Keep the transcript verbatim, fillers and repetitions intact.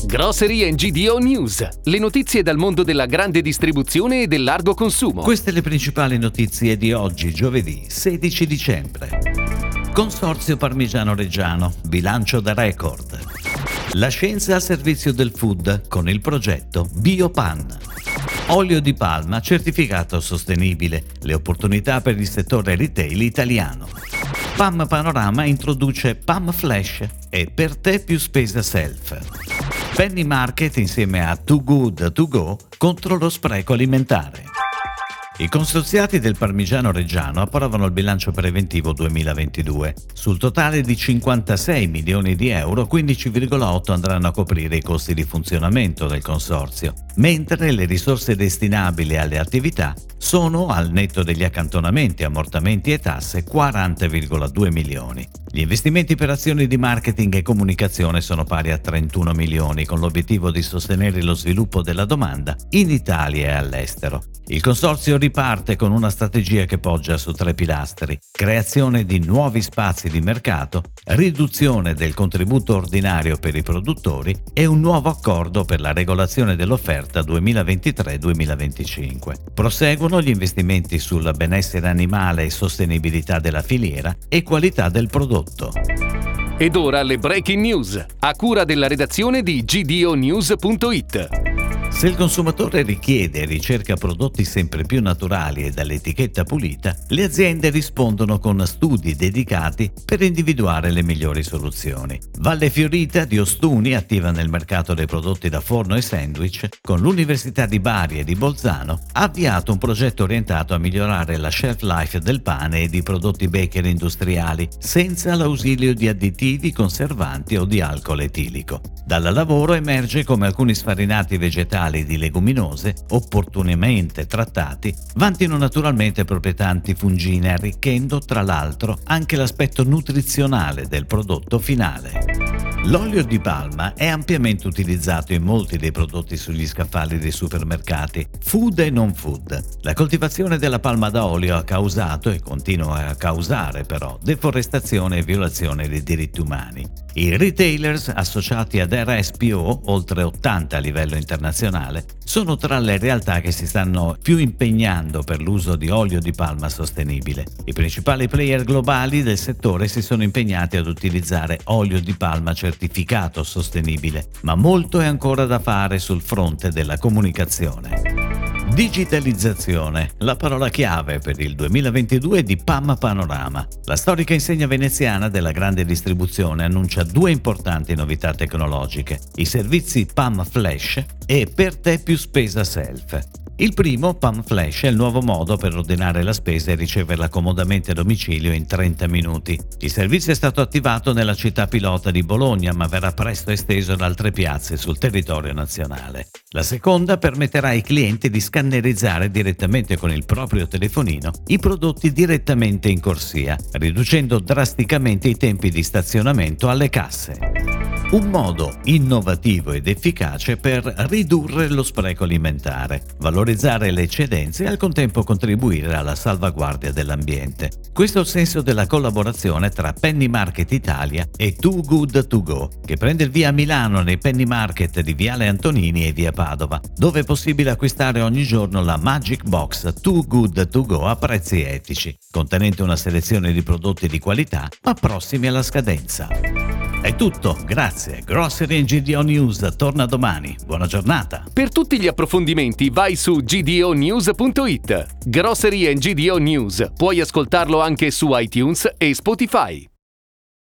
Grocery and G D O News, le notizie dal mondo della grande distribuzione e del largo consumo. Queste le principali notizie di oggi, giovedì sedici dicembre. Consorzio Parmigiano Reggiano, bilancio da record. La scienza al servizio del food con il progetto Biopan. Olio di palma certificato sostenibile, le opportunità per il settore retail italiano. Pam Panorama introduce Pam Flash e per te più spesa self. Penny Market insieme a Too Good To Go contro lo spreco alimentare. I consorziati del Parmigiano Reggiano approvano il bilancio preventivo duemilaventidue. Sul totale di cinquantasei milioni di euro, quindici virgola otto andranno a coprire i costi di funzionamento del consorzio, mentre le risorse destinabili alle attività sono, al netto degli accantonamenti, ammortamenti e tasse, quaranta virgola due milioni. Gli investimenti per azioni di marketing e comunicazione sono pari a trentuno milioni, con l'obiettivo di sostenere lo sviluppo della domanda in Italia e all'estero. Il consorzio riparte con una strategia che poggia su tre pilastri: creazione di nuovi spazi di mercato, riduzione del contributo ordinario per i produttori e un nuovo accordo per la regolazione dell'offerta duemilaventitré duemilaventicinque. Proseguono gli investimenti sul benessere animale e sostenibilità della filiera e qualità del prodotto. Ed ora le breaking news, a cura della redazione di G D O news punto it. Se il consumatore richiede e ricerca prodotti sempre più naturali e dall'etichetta pulita, le aziende rispondono con studi dedicati per individuare le migliori soluzioni. Valle Fiorita di Ostuni, attiva nel mercato dei prodotti da forno e sandwich, con l'Università di Bari e di Bolzano, ha avviato un progetto orientato a migliorare la shelf life del pane e di prodotti bakery industriali, senza l'ausilio di additivi, conservanti o di alcol etilico. Dal lavoro emerge come alcuni sfarinati vegetali di leguminose, opportunamente trattati, vantino naturalmente proprietà antifungine, arricchendo tra l'altro anche l'aspetto nutrizionale del prodotto finale. L'olio di palma è ampiamente utilizzato in molti dei prodotti sugli scaffali dei supermercati, food e non food. La coltivazione della palma da olio ha causato e continua a causare però deforestazione e violazione dei diritti umani. I retailers associati ad R S P O, oltre ottanta a livello internazionale, sono tra le realtà che si stanno più impegnando per l'uso di olio di palma sostenibile. I principali player globali del settore si sono impegnati ad utilizzare olio di palma certificato sostenibile, ma molto è ancora da fare sul fronte della comunicazione. Digitalizzazione, la parola chiave per il duemilaventidue di Pam Panorama. La storica insegna veneziana della grande distribuzione annuncia due importanti novità tecnologiche: i servizi Pam Flash e Per te più spesa self. Il primo, Pam Flash, è il nuovo modo per ordinare la spesa e riceverla comodamente a domicilio in trenta minuti. Il servizio è stato attivato nella città pilota di Bologna, ma verrà presto esteso ad altre piazze sul territorio nazionale. La seconda permetterà ai clienti di scannerizzare direttamente con il proprio telefonino i prodotti direttamente in corsia, riducendo drasticamente i tempi di stazionamento alle casse. Un modo innovativo ed efficace per ridurre lo spreco alimentare, valorizzare le eccedenze e al contempo contribuire alla salvaguardia dell'ambiente. Questo è il senso della collaborazione tra Penny Market Italia e Too Good To Go, che prende il via a Milano nei Penny Market di Viale Antonini e via Padova, dove è possibile acquistare ogni giorno la Magic Box Too Good To Go a prezzi etici, contenente una selezione di prodotti di qualità ma prossimi alla scadenza. È tutto, grazie. Grocery and G D O News torna domani. Buona giornata. Per tutti gli approfondimenti vai su G D O news punto it. Grocery and G D O News. Puoi ascoltarlo anche su iTunes e Spotify.